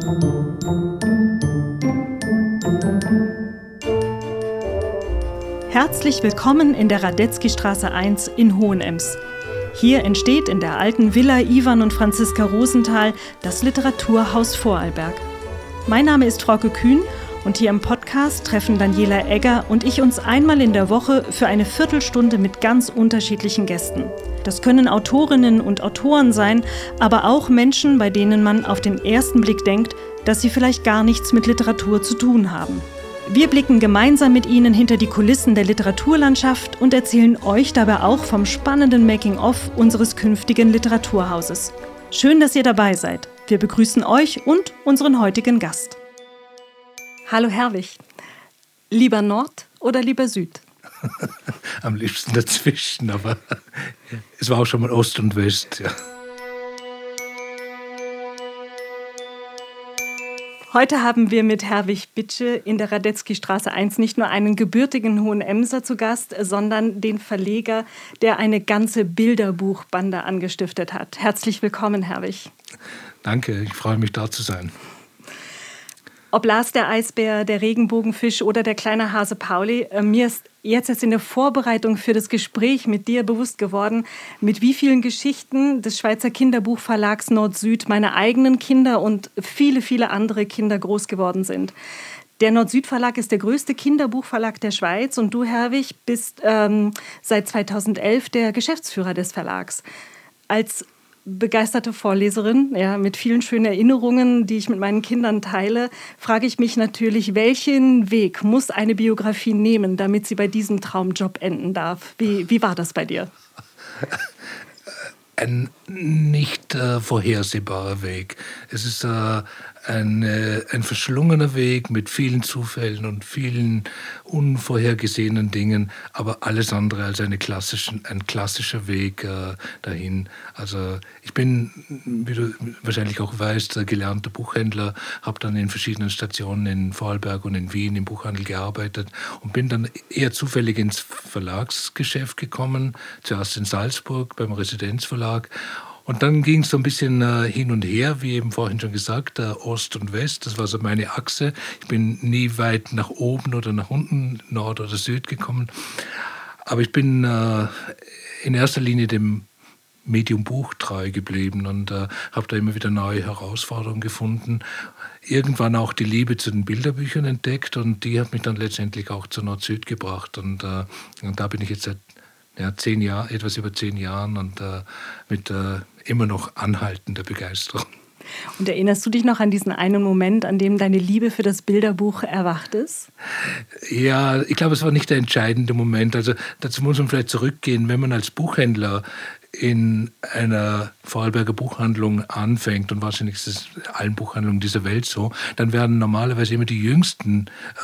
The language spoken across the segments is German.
Herzlich willkommen in der Radetzkystraße 1 in Hohenems. Hier entsteht in der alten Villa Ivan und Franziska Rosenthal das Literaturhaus Vorarlberg. Mein Name ist Frauke Kühn und hier im Podcast treffen Daniela Egger und ich uns einmal in der Woche für eine Viertelstunde mit ganz unterschiedlichen Gästen. Das können Autorinnen und Autoren sein, aber auch Menschen, bei denen man auf den ersten Blick denkt, dass sie vielleicht gar nichts mit Literatur zu tun haben. Wir blicken gemeinsam mit Ihnen hinter die Kulissen der Literaturlandschaft und erzählen euch dabei auch vom spannenden Making-of unseres künftigen Literaturhauses. Schön, dass ihr dabei seid. Wir begrüßen euch und unseren heutigen Gast. Hallo Herwig. Lieber Nord oder lieber Süd? Am liebsten dazwischen, aber es war auch schon mal Ost und West, ja. Heute haben wir mit Herwig Bitsche in der Radetzkystraße 1 nicht nur einen gebürtigen Hohenemser zu Gast, sondern den Verleger, der eine ganze Bilderbuchbande angestiftet hat. Herzlich willkommen, Herwig. Danke, ich freue mich, da zu sein. Ob Lars der Eisbär, der Regenbogenfisch oder der kleine Hase Pauli, mir ist jetzt in der Vorbereitung für das Gespräch mit dir bewusst geworden, mit wie vielen Geschichten des Schweizer Kinderbuchverlags Nord-Süd meine eigenen Kinder und viele, viele andere Kinder groß geworden sind. Der Nord-Süd-Verlag ist der größte Kinderbuchverlag der Schweiz und du, Herwig, bist seit 2011 der Geschäftsführer des Verlags. Als begeisterte Vorleserin, ja, mit vielen schönen Erinnerungen, die ich mit meinen Kindern teile, frage ich mich natürlich, welchen Weg muss eine Biografie nehmen, damit sie bei diesem Traumjob enden darf? Wie war das bei dir? Ein nicht vorhersehbarer Weg. Es ist ein verschlungener Weg mit vielen Zufällen und vielen unvorhergesehenen Dingen, aber alles andere als ein klassischer Weg dahin. Also ich bin, wie du wahrscheinlich auch weißt, gelernter Buchhändler, habe dann in verschiedenen Stationen in Vorarlberg und in Wien im Buchhandel gearbeitet und bin dann eher zufällig ins Verlagsgeschäft gekommen, zuerst in Salzburg beim Residenzverlag. Und dann ging es so ein bisschen hin und her, wie eben vorhin schon gesagt, Ost und West, das war so meine Achse. Ich bin nie weit nach oben oder nach unten, Nord oder Süd gekommen. Aber ich bin in erster Linie dem Medium Buch treu geblieben und habe da immer wieder neue Herausforderungen gefunden. Irgendwann auch die Liebe zu den Bilderbüchern entdeckt und die hat mich dann letztendlich auch zu Nord-Süd gebracht. Und da bin ich jetzt seit etwas über 10 Jahren und mit immer noch anhaltender Begeisterung. Und erinnerst du dich noch an diesen einen Moment, an dem deine Liebe für das Bilderbuch erwacht ist? Ja, ich glaube, es war nicht der entscheidende Moment. Also dazu muss man vielleicht zurückgehen, wenn man als Buchhändler in einer Vorarlberger Buchhandlung anfängt, und wahrscheinlich ist es in allen Buchhandlungen dieser Welt so, dann werden normalerweise immer die jüngsten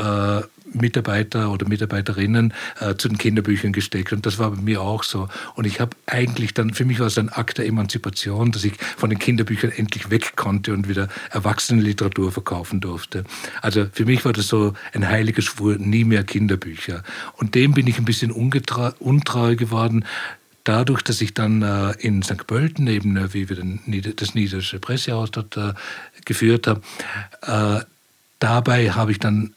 Mitarbeiter oder Mitarbeiterinnen zu den Kinderbüchern gesteckt. Und das war bei mir auch so. Und ich habe eigentlich dann, für mich war es ein Akt der Emanzipation, dass ich von den Kinderbüchern endlich weg konnte und wieder Erwachsenenliteratur verkaufen durfte. Also für mich war das so ein heiliger Schwur, nie mehr Kinderbücher. Und dem bin ich ein bisschen untreu geworden. Dadurch, dass ich dann in St. Pölten eben, wie wir das Niederländische Pressehaus dort geführt haben, dabei habe ich dann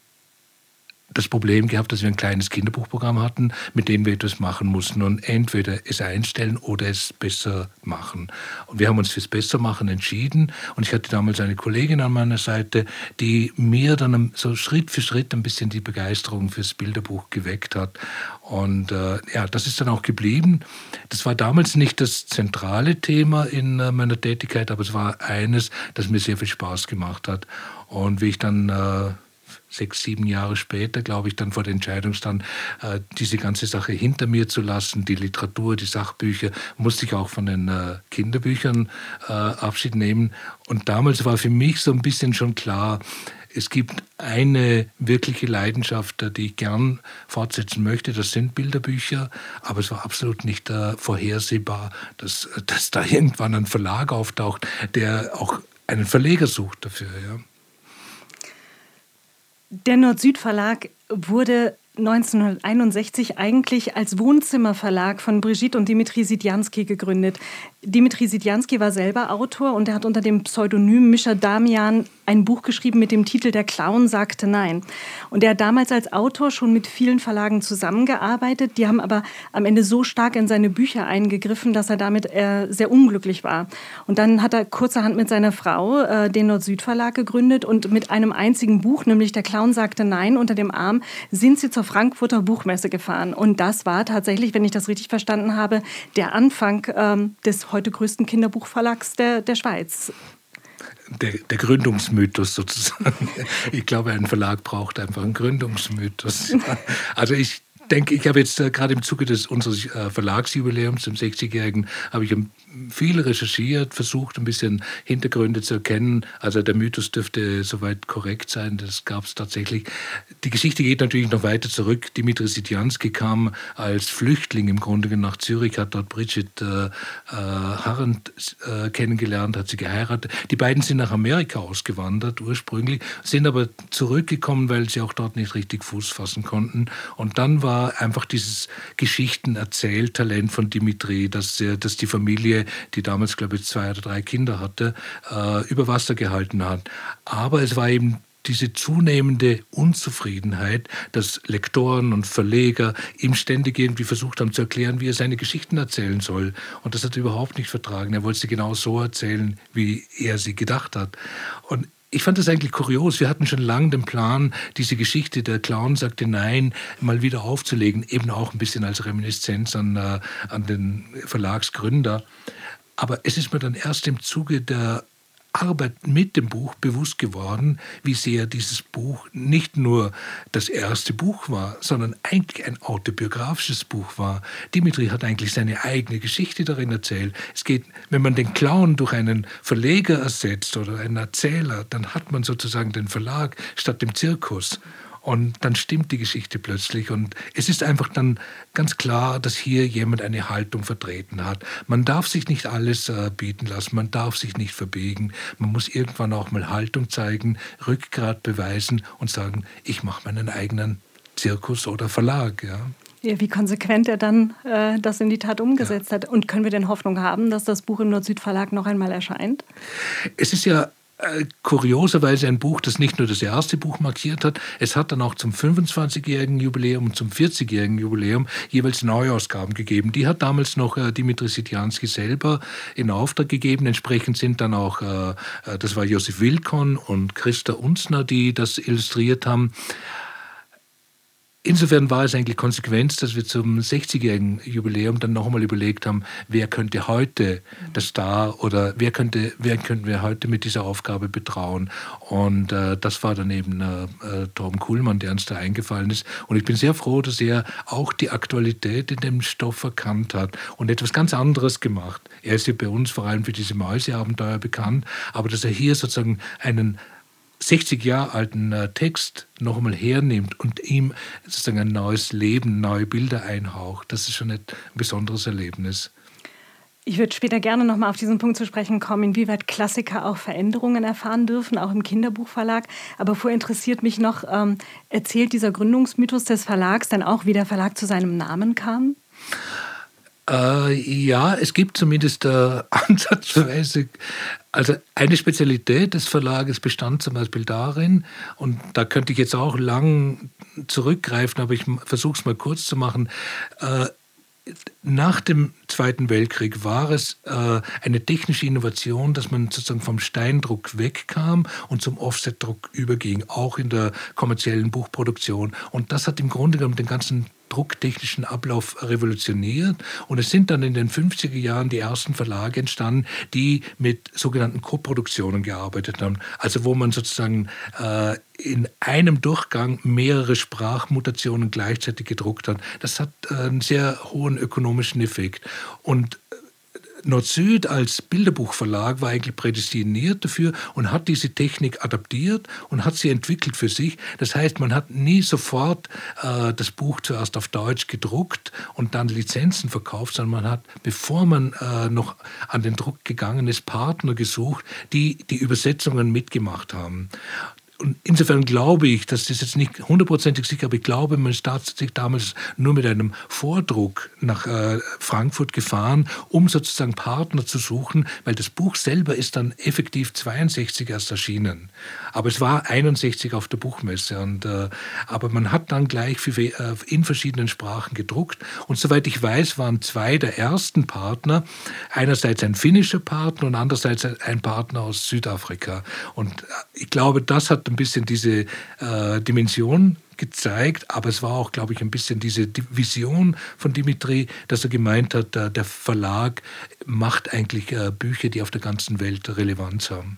das Problem gehabt, dass wir ein kleines Kinderbuchprogramm hatten, mit dem wir etwas machen mussten und entweder es einstellen oder es besser machen. Und wir haben uns fürs Bessermachen entschieden und ich hatte damals eine Kollegin an meiner Seite, die mir dann so Schritt für Schritt ein bisschen die Begeisterung fürs Bilderbuch geweckt hat. Und das ist dann auch geblieben. Das war damals nicht das zentrale Thema in meiner Tätigkeit, aber es war eines, das mir sehr viel Spaß gemacht hat. Und wie ich dann 6, 7 Jahre später, glaube ich, dann vor der Entscheidung stand, diese ganze Sache hinter mir zu lassen, die Literatur, die Sachbücher, musste ich auch von den Kinderbüchern Abschied nehmen. Und damals war für mich so ein bisschen schon klar, es gibt eine wirkliche Leidenschaft, die ich gern fortsetzen möchte, das sind Bilderbücher, aber es war absolut nicht vorhersehbar, dass da irgendwann ein Verlag auftaucht, der auch einen Verleger sucht dafür, ja. Der Nord-Süd-Verlag wurde 1961 eigentlich als Wohnzimmerverlag von Brigitte und Dimitri Sidjansky gegründet. Dimitri Sidjansky war selber Autor und er hat unter dem Pseudonym Mischa Damian ein Buch geschrieben mit dem Titel Der Clown sagte nein. Und er hat damals als Autor schon mit vielen Verlagen zusammengearbeitet. Die haben aber am Ende so stark in seine Bücher eingegriffen, dass er damit sehr unglücklich war. Und dann hat er kurzerhand mit seiner Frau den Nord-Süd-Verlag gegründet und mit einem einzigen Buch, nämlich Der Clown sagte nein, unter dem Arm, sind sie zur Frankfurter Buchmesse gefahren. Und das war tatsächlich, wenn ich das richtig verstanden habe, der Anfang des heute größten Kinderbuchverlags der Schweiz. Der Gründungsmythos sozusagen. Ich glaube, ein Verlag braucht einfach einen Gründungsmythos. Also ich denke, ich habe jetzt gerade im Zuge unseres Verlagsjubiläums, dem 60-Jährigen, habe ich viel recherchiert, versucht, ein bisschen Hintergründe zu erkennen. Also der Mythos dürfte soweit korrekt sein, das gab es tatsächlich. Die Geschichte geht natürlich noch weiter zurück. Dimitri Sidjanski kam als Flüchtling im Grunde nach Zürich, hat dort Bridget Harrend kennengelernt, hat sie geheiratet. Die beiden sind nach Amerika ausgewandert ursprünglich, sind aber zurückgekommen, weil sie auch dort nicht richtig Fuß fassen konnten. Und dann war einfach dieses Geschichtenerzähltalent von Dimitri, dass die Familie, die damals, glaube ich, 2 oder 3 Kinder hatte, über Wasser gehalten hat. Aber es war eben diese zunehmende Unzufriedenheit, dass Lektoren und Verleger ihm ständig irgendwie versucht haben zu erklären, wie er seine Geschichten erzählen soll. Und das hat er überhaupt nicht vertragen. Er wollte sie genau so erzählen, wie er sie gedacht hat. Und ich fand das eigentlich kurios. Wir hatten schon lange den Plan, diese Geschichte, der Clown sagte nein, mal wieder aufzulegen, eben auch ein bisschen als Reminiszenz an den Verlagsgründer. Aber es ist mir dann erst im Zuge der Arbeit mit dem Buch bewusst geworden, wie sehr dieses Buch nicht nur das erste Buch war, sondern eigentlich ein autobiografisches Buch war. Dimitri hat eigentlich seine eigene Geschichte darin erzählt. Es geht, wenn man den Clown durch einen Verleger ersetzt oder einen Erzähler, dann hat man sozusagen den Verlag statt dem Zirkus. Und dann stimmt die Geschichte plötzlich. Und es ist einfach dann ganz klar, dass hier jemand eine Haltung vertreten hat. Man darf sich nicht alles bieten lassen, man darf sich nicht verbiegen. Man muss irgendwann auch mal Haltung zeigen, Rückgrat beweisen und sagen, ich mache meinen eigenen Zirkus oder Verlag. Ja. Ja, wie konsequent er dann das in die Tat umgesetzt hat. Und können wir denn Hoffnung haben, dass das Buch im Nord-Süd-Verlag noch einmal erscheint? Es ist ja kurioserweise ein Buch, das nicht nur das erste Buch markiert hat, es hat dann auch zum 25-jährigen Jubiläum und zum 40-jährigen Jubiläum jeweils Neuausgaben gegeben. Die hat damals noch Dimitri Sidjanski selber in Auftrag gegeben. Entsprechend sind dann auch, das war Josef Wilkon und Christa Unzner, die das illustriert haben. Insofern war es eigentlich Konsequenz, dass wir zum 60-jährigen Jubiläum dann noch einmal überlegt haben, wer könnte heute der Star oder wer könnten wir heute mit dieser Aufgabe betrauen. Und das war dann eben Torben Kuhlmann, der uns da eingefallen ist. Und ich bin sehr froh, dass er auch die Aktualität in dem Stoff erkannt hat und etwas ganz anderes gemacht. Er ist ja bei uns vor allem für diese Mäuseabenteuer bekannt, aber dass er hier sozusagen einen 60 Jahre alten Text noch einmal hernimmt und ihm sozusagen ein neues Leben, neue Bilder einhaucht, das ist schon ein besonderes Erlebnis. Ich würde später gerne noch mal auf diesen Punkt zu sprechen kommen, inwieweit Klassiker auch Veränderungen erfahren dürfen, auch im Kinderbuchverlag. Aber vorher interessiert mich noch, erzählt dieser Gründungsmythos des Verlags dann auch, wie der Verlag zu seinem Namen kam? Ja, es gibt zumindest ansatzweise, also eine Spezialität des Verlages bestand zum Beispiel darin, und da könnte ich jetzt auch lang zurückgreifen, aber ich versuche es mal kurz zu machen. Nach dem Zweiten Weltkrieg war es eine technische Innovation, dass man sozusagen vom Steindruck wegkam und zum Offsetdruck überging, auch in der kommerziellen Buchproduktion. Und das hat im Grunde genommen den ganzen drucktechnischen Ablauf revolutioniert. Und es sind dann in den 50er Jahren die ersten Verlage entstanden, die mit sogenannten Koproduktionen gearbeitet haben. Also wo man sozusagen in einem Durchgang mehrere Sprachmutationen gleichzeitig gedruckt hat. Das hat einen sehr hohen ökonomischen Effekt. Und Nord-Süd als Bilderbuchverlag war eigentlich prädestiniert dafür und hat diese Technik adaptiert und hat sie entwickelt für sich. Das heißt, man hat nie sofort das Buch zuerst auf Deutsch gedruckt und dann Lizenzen verkauft, sondern man hat, bevor man noch an den Druck gegangen ist, Partner gesucht, die die Übersetzungen mitgemacht haben. Und insofern glaube ich, das ist jetzt nicht hundertprozentig sicher, aber ich glaube, man ist tatsächlich damals nur mit einem Vordruck nach Frankfurt gefahren, um sozusagen Partner zu suchen, weil das Buch selber ist dann effektiv 62 erst erschienen. Aber es war 61 auf der Buchmesse. Aber man hat dann gleich in verschiedenen Sprachen gedruckt. Und soweit ich weiß, waren 2 der ersten Partner, einerseits ein finnischer Partner und andererseits ein Partner aus Südafrika. Und ich glaube, das hat ein bisschen diese Dimension gezeigt, aber es war auch, glaube ich, ein bisschen diese Vision von Dimitri, dass er gemeint hat, der Verlag macht eigentlich Bücher, die auf der ganzen Welt Relevanz haben.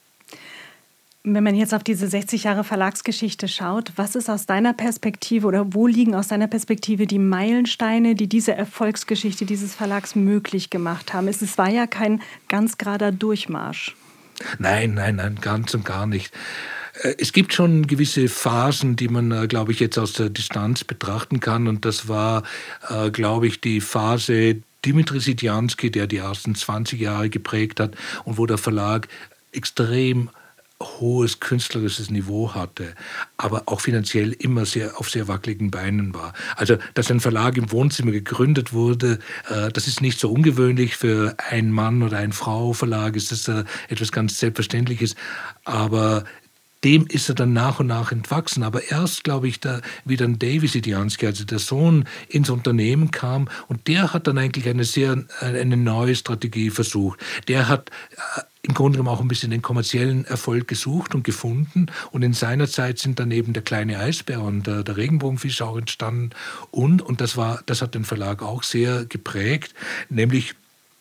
Wenn man jetzt auf diese 60 Jahre Verlagsgeschichte schaut, was ist aus deiner Perspektive oder wo liegen aus deiner Perspektive die Meilensteine, die diese Erfolgsgeschichte dieses Verlags möglich gemacht haben? Es war ja kein ganz gerader Durchmarsch. Nein, ganz und gar nicht. Es gibt schon gewisse Phasen, die man, glaube ich, jetzt aus der Distanz betrachten kann. Und das war, glaube ich, die Phase Dimitri Sidjansky, der die ersten 20 Jahre geprägt hat und wo der Verlag extrem hohes künstlerisches Niveau hatte, aber auch finanziell immer auf sehr wackeligen Beinen war. Also, dass ein Verlag im Wohnzimmer gegründet wurde, das ist nicht so ungewöhnlich. Für einen Mann oder einen Frau-Verlag ist das etwas ganz Selbstverständliches, aber dem ist er dann nach und nach entwachsen. Aber erst, glaube ich, wie dann Davy Sidjansky, also der Sohn, ins Unternehmen kam und der hat dann eigentlich eine neue Strategie versucht. Der hat im Grunde genommen auch ein bisschen den kommerziellen Erfolg gesucht und gefunden. Und in seiner Zeit sind dann eben der kleine Eisbär und der Regenbogenfisch auch entstanden. Und das hat den Verlag auch sehr geprägt, nämlich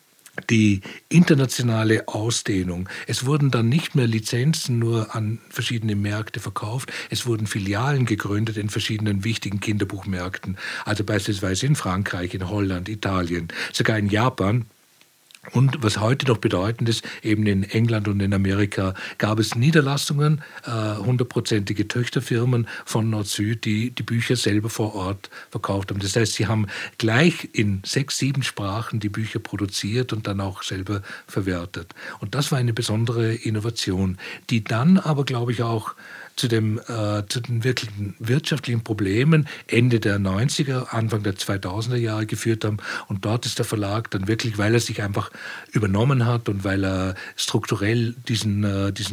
die internationale Ausdehnung. Es wurden dann nicht mehr Lizenzen nur an verschiedene Märkte verkauft, es wurden Filialen gegründet in verschiedenen wichtigen Kinderbuchmärkten, also beispielsweise in Frankreich, in Holland, Italien, sogar in Japan. Und was heute noch bedeutend ist, eben in England und in Amerika gab es Niederlassungen, 100%ige Töchterfirmen von Nord-Süd, die die Bücher selber vor Ort verkauft haben. Das heißt, sie haben gleich in 6, 7 Sprachen die Bücher produziert und dann auch selber verwertet. Und das war eine besondere Innovation, die dann aber, glaube ich, auch zu den wirklichen wirtschaftlichen Problemen Ende der 90er, Anfang der 2000er Jahre geführt haben. Und dort ist der Verlag dann wirklich, weil er sich einfach übernommen hat und weil er strukturell diesem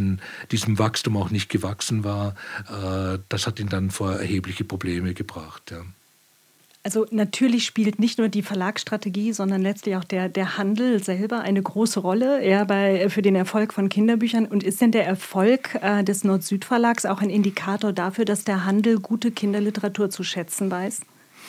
Wachstum auch nicht gewachsen war, das hat ihn dann vor erhebliche Probleme gebracht. Ja. Also natürlich spielt nicht nur die Verlagsstrategie, sondern letztlich auch der Handel selber eine große Rolle, eher für den Erfolg von Kinderbüchern. Und ist denn der Erfolg des Nord-Süd-Verlags auch ein Indikator dafür, dass der Handel gute Kinderliteratur zu schätzen weiß?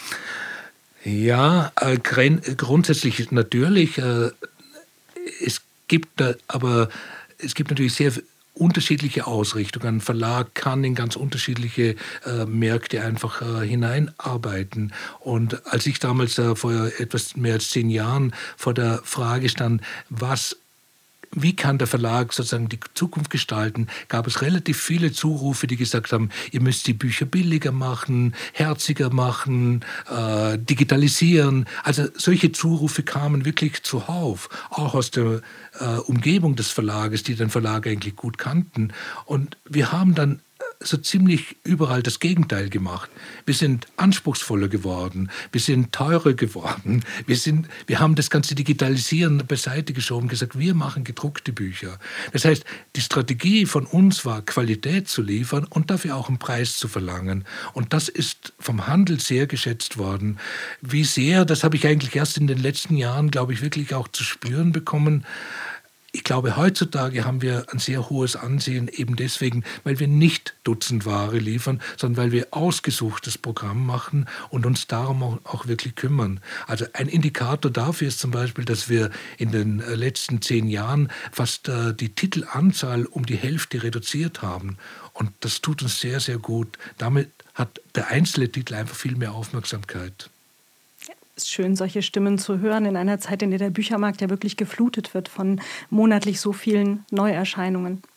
Ja, grundsätzlich natürlich. Es gibt natürlich sehr unterschiedliche Ausrichtungen. Ein Verlag kann in ganz unterschiedliche Märkte einfach hineinarbeiten. Und als ich damals vor etwas mehr als 10 Jahren vor der Frage stand, wie kann der Verlag sozusagen die Zukunft gestalten, gab es relativ viele Zurufe, die gesagt haben, ihr müsst die Bücher billiger machen, herziger machen, digitalisieren. Also solche Zurufe kamen wirklich zuhauf, auch aus der Umgebung des Verlages, die den Verlag eigentlich gut kannten. Und wir haben dann so ziemlich überall das Gegenteil gemacht. Wir sind anspruchsvoller geworden, wir sind teurer geworden, wir haben das ganze Digitalisieren beiseite geschoben und gesagt, wir machen gedruckte Bücher. Das heißt, die Strategie von uns war, Qualität zu liefern und dafür auch einen Preis zu verlangen. Und das ist vom Handel sehr geschätzt worden. Wie sehr, das habe ich eigentlich erst in den letzten Jahren, glaube ich, wirklich auch zu spüren bekommen. Ich glaube, heutzutage haben wir ein sehr hohes Ansehen, eben deswegen, weil wir nicht Dutzendware liefern, sondern weil wir ausgesuchtes Programm machen und uns darum auch wirklich kümmern. Also ein Indikator dafür ist zum Beispiel, dass wir in den letzten 10 Jahren fast die Titelanzahl um die Hälfte reduziert haben. Und das tut uns sehr, sehr gut. Damit hat der einzelne Titel einfach viel mehr Aufmerksamkeit. Es ist schön, solche Stimmen zu hören in einer Zeit, in der der Büchermarkt ja wirklich geflutet wird von monatlich so vielen Neuerscheinungen.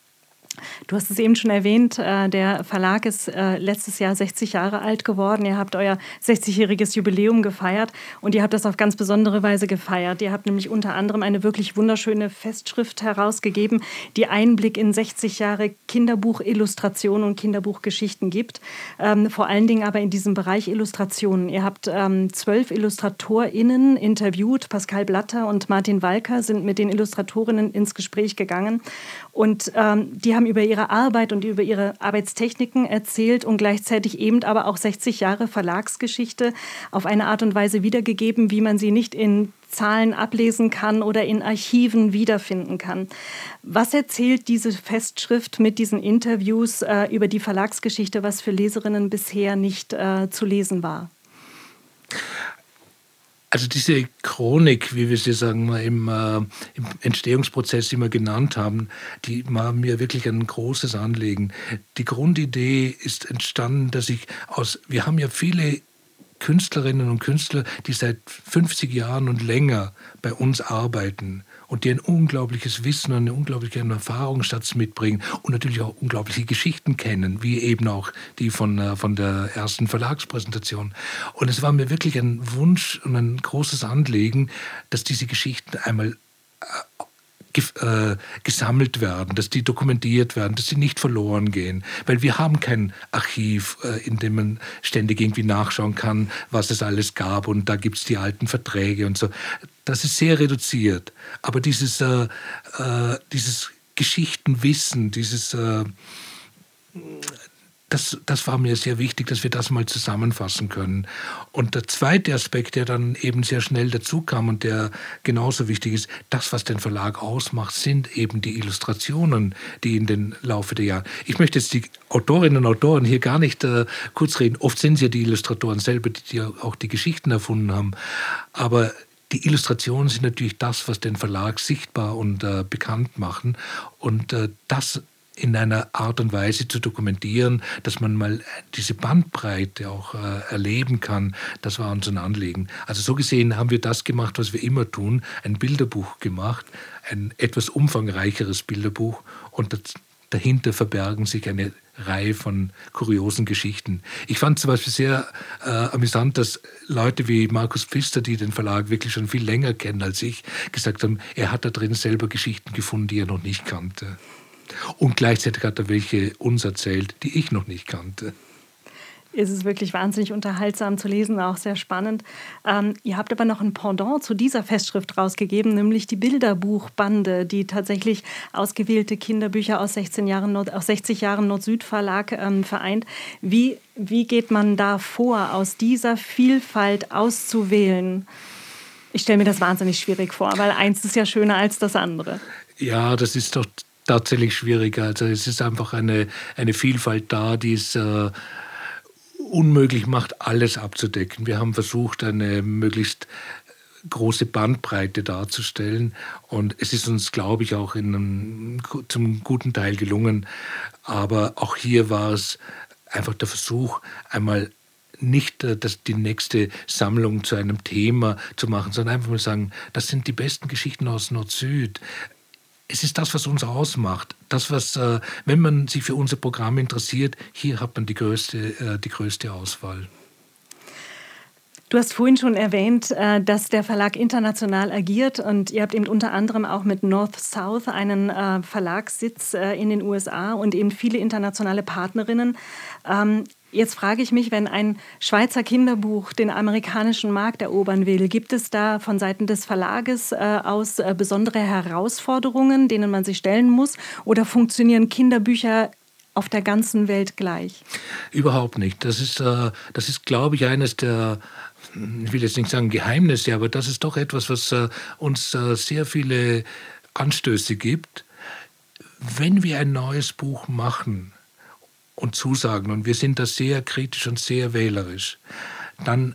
Du hast es eben schon erwähnt, der Verlag ist letztes Jahr 60 Jahre alt geworden. Ihr habt euer 60-jähriges Jubiläum gefeiert und ihr habt das auf ganz besondere Weise gefeiert. Ihr habt nämlich unter anderem eine wirklich wunderschöne Festschrift herausgegeben, die Einblick in 60 Jahre Kinderbuchillustration und Kinderbuchgeschichten gibt. Vor allen Dingen aber in diesem Bereich Illustrationen. Ihr habt 12 IllustratorInnen interviewt. Pascal Blatter und Martin Walker sind mit den Illustratorinnen ins Gespräch gegangen. Und die haben über ihre Arbeit und über ihre Arbeitstechniken erzählt und gleichzeitig eben aber auch 60 Jahre Verlagsgeschichte auf eine Art und Weise wiedergegeben, wie man sie nicht in Zahlen ablesen kann oder in Archiven wiederfinden kann. Was erzählt diese Festschrift mit diesen Interviews über die Verlagsgeschichte, was für Leserinnen bisher nicht zu lesen war? Also diese Chronik, wie wir sie sagen, im Entstehungsprozess immer genannt haben, die war mir wirklich ein großes Anliegen. Die Grundidee ist entstanden, wir haben ja viele Künstlerinnen und Künstler, die seit 50 Jahren und länger bei uns arbeiten und die ein unglaubliches Wissen und einen unglaublichen Erfahrungsschatz mitbringen und natürlich auch unglaubliche Geschichten kennen, wie eben auch die von der ersten Verlagspräsentation. Und es war mir wirklich ein Wunsch und ein großes Anliegen, dass diese Geschichten einmal gesammelt werden, dass die dokumentiert werden, dass sie nicht verloren gehen. Weil wir haben kein Archiv, in dem man ständig irgendwie nachschauen kann, was es alles gab und da gibt es die alten Verträge und so. Das ist sehr reduziert. Aber dieses Geschichtenwissen, das war mir sehr wichtig, dass wir das mal zusammenfassen können. Und der zweite Aspekt, der dann eben sehr schnell dazu kam und der genauso wichtig ist, das, was den Verlag ausmacht, sind eben die Illustrationen, die in den Laufe der Jahre... Ich möchte jetzt die Autorinnen und Autoren hier gar nicht kurz reden. Oft sind es ja die Illustratoren selber, die auch die Geschichten erfunden haben. Aber die Illustrationen sind natürlich das, was den Verlag sichtbar und bekannt machen. Und das in einer Art und Weise zu dokumentieren, dass man mal diese Bandbreite auch erleben kann, das war uns ein Anliegen. Also so gesehen haben wir das gemacht, was wir immer tun, ein Bilderbuch gemacht, ein etwas umfangreicheres Bilderbuch und dahinter verbergen sich eine Reihe von kuriosen Geschichten. Ich fand zum Beispiel sehr amüsant, dass Leute wie Markus Pfister, die den Verlag wirklich schon viel länger kennen als ich, gesagt haben, er hat da drin selber Geschichten gefunden, die er noch nicht kannte. Und gleichzeitig hat er welche uns erzählt, die ich noch nicht kannte. Es ist wirklich wahnsinnig unterhaltsam zu lesen, auch sehr spannend. Ihr habt aber noch ein Pendant zu dieser Festschrift rausgegeben, nämlich die Bilderbuchbande, die tatsächlich ausgewählte Kinderbücher aus 60 Jahren Nord-Süd-Verlag vereint. Wie geht man da vor, aus dieser Vielfalt auszuwählen? Ich stelle mir das wahnsinnig schwierig vor, weil eins ist ja schöner als das andere. Ja, das ist doch tatsächlich schwieriger. Also es ist einfach eine Vielfalt da, die es unmöglich macht, alles abzudecken. Wir haben versucht, eine möglichst große Bandbreite darzustellen und es ist uns, glaube ich, auch zum guten Teil gelungen. Aber auch hier war es einfach der Versuch, einmal nicht die nächste Sammlung zu einem Thema zu machen, sondern einfach mal sagen, das sind die besten Geschichten aus Nord-Süd. Es ist das, was uns ausmacht. Das, was, wenn man sich für unser Programm interessiert, hier hat man die größte Auswahl. Du hast vorhin schon erwähnt, dass der Verlag international agiert und ihr habt eben unter anderem auch mit North-South einen Verlagssitz in den USA und eben viele internationale Partnerinnen. Jetzt frage ich mich, wenn ein Schweizer Kinderbuch den amerikanischen Markt erobern will, gibt es da von Seiten des Verlages aus besondere Herausforderungen, denen man sich stellen muss? Oder funktionieren Kinderbücher auf der ganzen Welt gleich? Überhaupt nicht. Das ist, glaube ich, eines der, ich will jetzt nicht sagen Geheimnisse, aber das ist doch etwas, was uns sehr viele Anstöße gibt. Wenn wir ein neues Buch machen und zusagen, und wir sind da sehr kritisch und sehr wählerisch, dann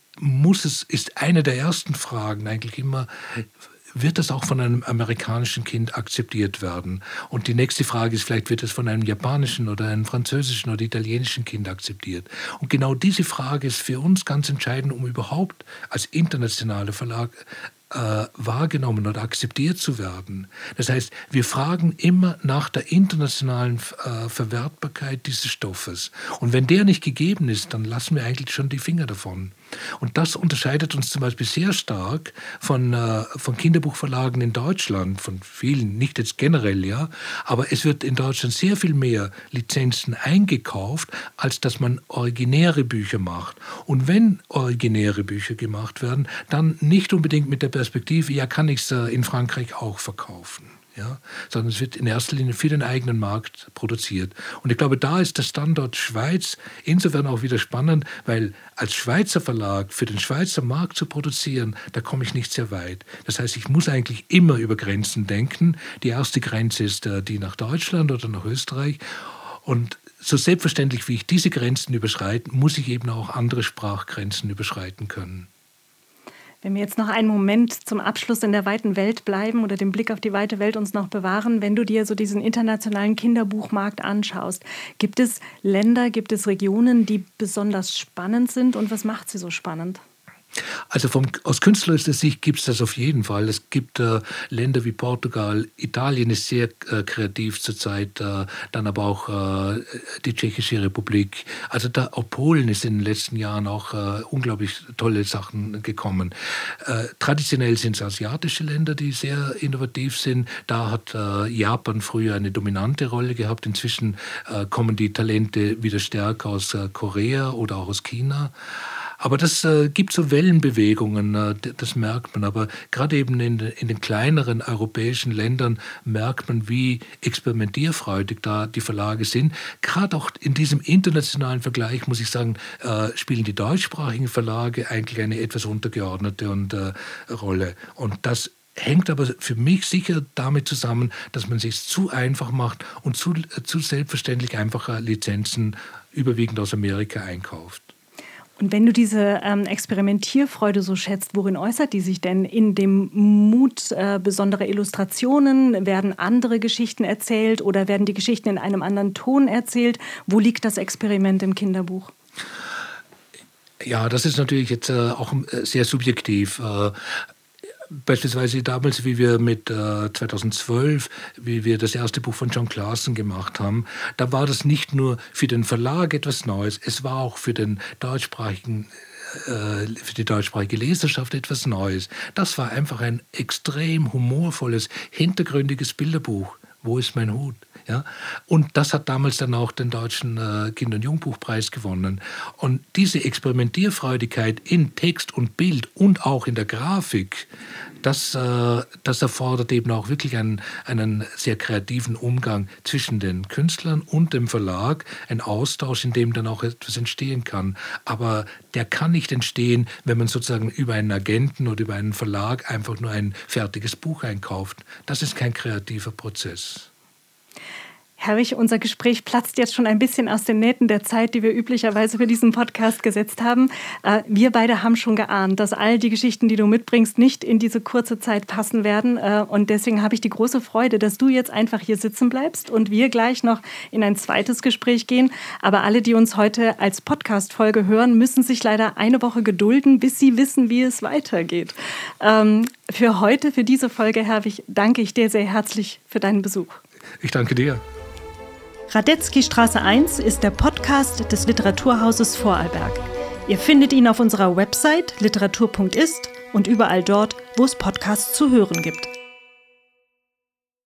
ist eine der ersten Fragen eigentlich immer, wird das auch von einem amerikanischen Kind akzeptiert werden? Und die nächste Frage ist vielleicht, wird es von einem japanischen oder einem französischen oder italienischen Kind akzeptiert? Und genau diese Frage ist für uns ganz entscheidend, um überhaupt als internationaler Verlag wahrgenommen oder akzeptiert zu werden. Das heißt, wir fragen immer nach der internationalen Verwertbarkeit dieses Stoffes. Und wenn der nicht gegeben ist, dann lassen wir eigentlich schon die Finger davon. Und das unterscheidet uns zum Beispiel sehr stark von Kinderbuchverlagen in Deutschland, von vielen, nicht jetzt generell, ja, aber es wird in Deutschland sehr viel mehr Lizenzen eingekauft, als dass man originäre Bücher macht. Und wenn originäre Bücher gemacht werden, dann nicht unbedingt mit der Perspektive, ja, kann ich es in Frankreich auch verkaufen. Ja, sondern es wird in erster Linie für den eigenen Markt produziert. Und ich glaube, da ist der Standort Schweiz insofern auch wieder spannend, weil als Schweizer Verlag für den Schweizer Markt zu produzieren, da komme ich nicht sehr weit. Das heißt, ich muss eigentlich immer über Grenzen denken. Die erste Grenze ist die nach Deutschland oder nach Österreich. Und so selbstverständlich, wie ich diese Grenzen überschreite, muss ich eben auch andere Sprachgrenzen überschreiten können. Wenn wir jetzt noch einen Moment zum Abschluss in der weiten Welt bleiben oder den Blick auf die weite Welt uns noch bewahren, wenn du dir so diesen internationalen Kinderbuchmarkt anschaust, gibt es Länder, gibt es Regionen, die besonders spannend sind und was macht sie so spannend? Also aus künstlerischer Sicht gibt es das auf jeden Fall. Es gibt Länder wie Portugal, Italien ist sehr kreativ zurzeit, dann aber auch die Tschechische Republik. Also auch Polen ist in den letzten Jahren auch unglaublich tolle Sachen gekommen. Traditionell sind es asiatische Länder, die sehr innovativ sind. Da hat Japan früher eine dominante Rolle gehabt. Inzwischen kommen die Talente wieder stärker aus Korea oder auch aus China. Aber das gibt so Wellenbewegungen, das merkt man. Aber gerade eben in den kleineren europäischen Ländern merkt man, wie experimentierfreudig da die Verlage sind. Gerade auch in diesem internationalen Vergleich, muss ich sagen, spielen die deutschsprachigen Verlage eigentlich eine etwas untergeordnete Rolle. Und das hängt aber für mich sicher damit zusammen, dass man es sich zu einfach macht und zu selbstverständlich einfach Lizenzen überwiegend aus Amerika einkauft. Und wenn du diese Experimentierfreude so schätzt, worin äußert die sich denn? In dem Mut besonderer Illustrationen? Werden andere Geschichten erzählt oder werden die Geschichten in einem anderen Ton erzählt? Wo liegt das Experiment im Kinderbuch? Ja, das ist natürlich jetzt auch sehr subjektiv. Beispielsweise damals, wie wir mit 2012, wie wir das erste Buch von Jon Klassen gemacht haben, da war das nicht nur für den Verlag etwas Neues, es war auch für die deutschsprachige Leserschaft etwas Neues. Das war einfach ein extrem humorvolles, hintergründiges Bilderbuch. Wo ist mein Hut? Ja? Und das hat damals dann auch den Deutschen Kinder- und Jugendbuchpreis gewonnen. Und diese Experimentierfreudigkeit in Text und Bild und auch in der Grafik, das erfordert eben auch wirklich einen sehr kreativen Umgang zwischen den Künstlern und dem Verlag, ein Austausch, in dem dann auch etwas entstehen kann. Aber der kann nicht entstehen, wenn man sozusagen über einen Agenten oder über einen Verlag einfach nur ein fertiges Buch einkauft. Das ist kein kreativer Prozess. Herwig, unser Gespräch platzt jetzt schon ein bisschen aus den Nähten der Zeit, die wir üblicherweise für diesen Podcast gesetzt haben. Wir beide haben schon geahnt, dass all die Geschichten, die du mitbringst, nicht in diese kurze Zeit passen werden. Und deswegen habe ich die große Freude, dass du jetzt einfach hier sitzen bleibst und wir gleich noch in ein zweites Gespräch gehen. Aber alle, die uns heute als Podcast-Folge hören, müssen sich leider eine Woche gedulden, bis sie wissen, wie es weitergeht. Für heute, für diese Folge, Herwig, danke ich dir sehr herzlich für deinen Besuch. Ich danke dir. Radetzkystraße 1 ist der Podcast des Literaturhauses Vorarlberg. Ihr findet ihn auf unserer Website literatur.ist und überall dort, wo es Podcasts zu hören gibt.